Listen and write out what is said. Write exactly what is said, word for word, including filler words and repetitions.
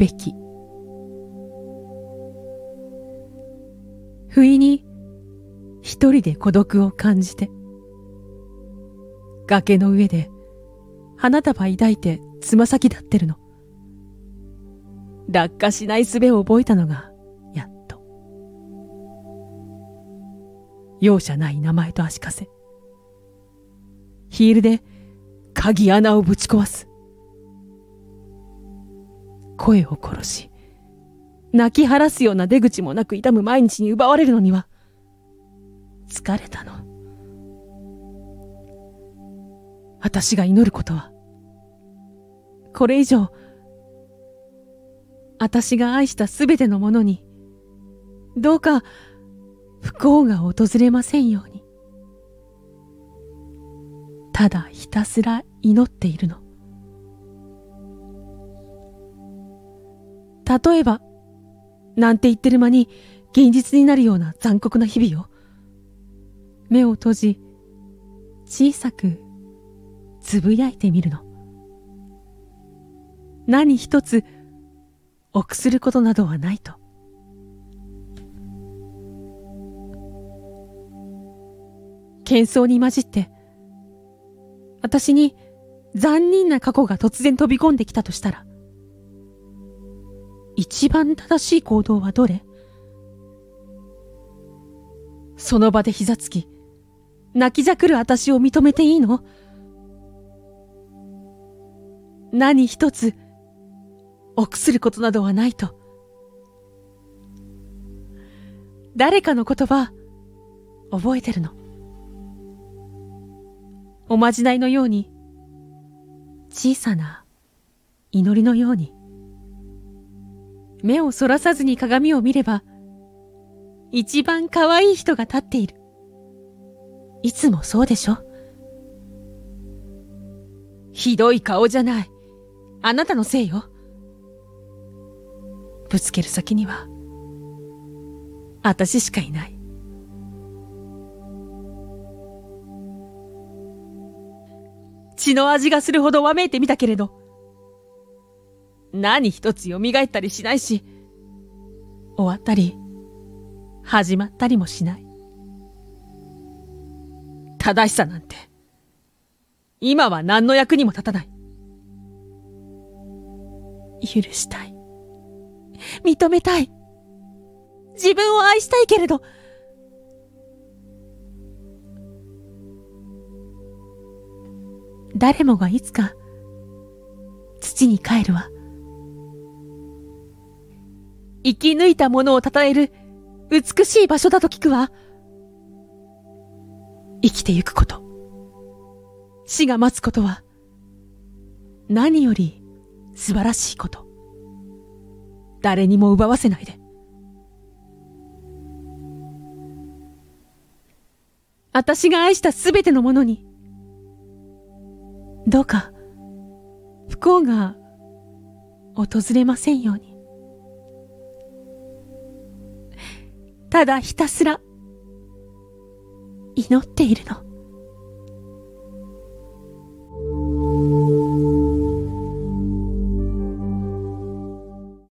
べき。不意に一人で孤独を感じて、崖の上で花束抱いてつま先立ってるの。落下しない術を覚えたのがやっと。容赦ない名前と足かせ。ヒールで鍵穴をぶち壊す。声を殺し、泣き晴らすような出口もなく痛む毎日に奪われるのには疲れたの。私が祈ることは、これ以上私が愛したすべてのものにどうか不幸が訪れませんように、ただひたすら祈っているの。例えばなんて言ってる間に現実になるような残酷な日々を、目を閉じ小さくつぶやいてみるの。何一つ臆することなどはないと。喧騒に混じって私に残忍な過去が突然飛び込んできたとしたら、一番正しい行動はどれ？その場で膝つき、泣きじゃくる私を認めていいの？何一つ臆することなどはないと。誰かの言葉覚えてるの。おまじないのように、小さな祈りのように。目をそらさずに鏡を見れば、一番可愛い人が立っている。いつもそうでしょ？ひどい顔じゃない。あなたのせいよ。ぶつける先には、私しかいない。血の味がするほどわめいてみたけれど、何一つ蘇ったりしないし、終わったり始まったりもしない。正しさなんて今は何の役にも立たない。許したい、認めたい、自分を愛したいけれど、誰もがいつか土に帰るわ。生き抜いたものを称える美しい場所だと聞くわ。生きてゆくこと、死が待つことは何より素晴らしいこと。誰にも奪わせないで。私が愛したすべてのものにどうか不幸が訪れませんように。ただひたすら祈っているの。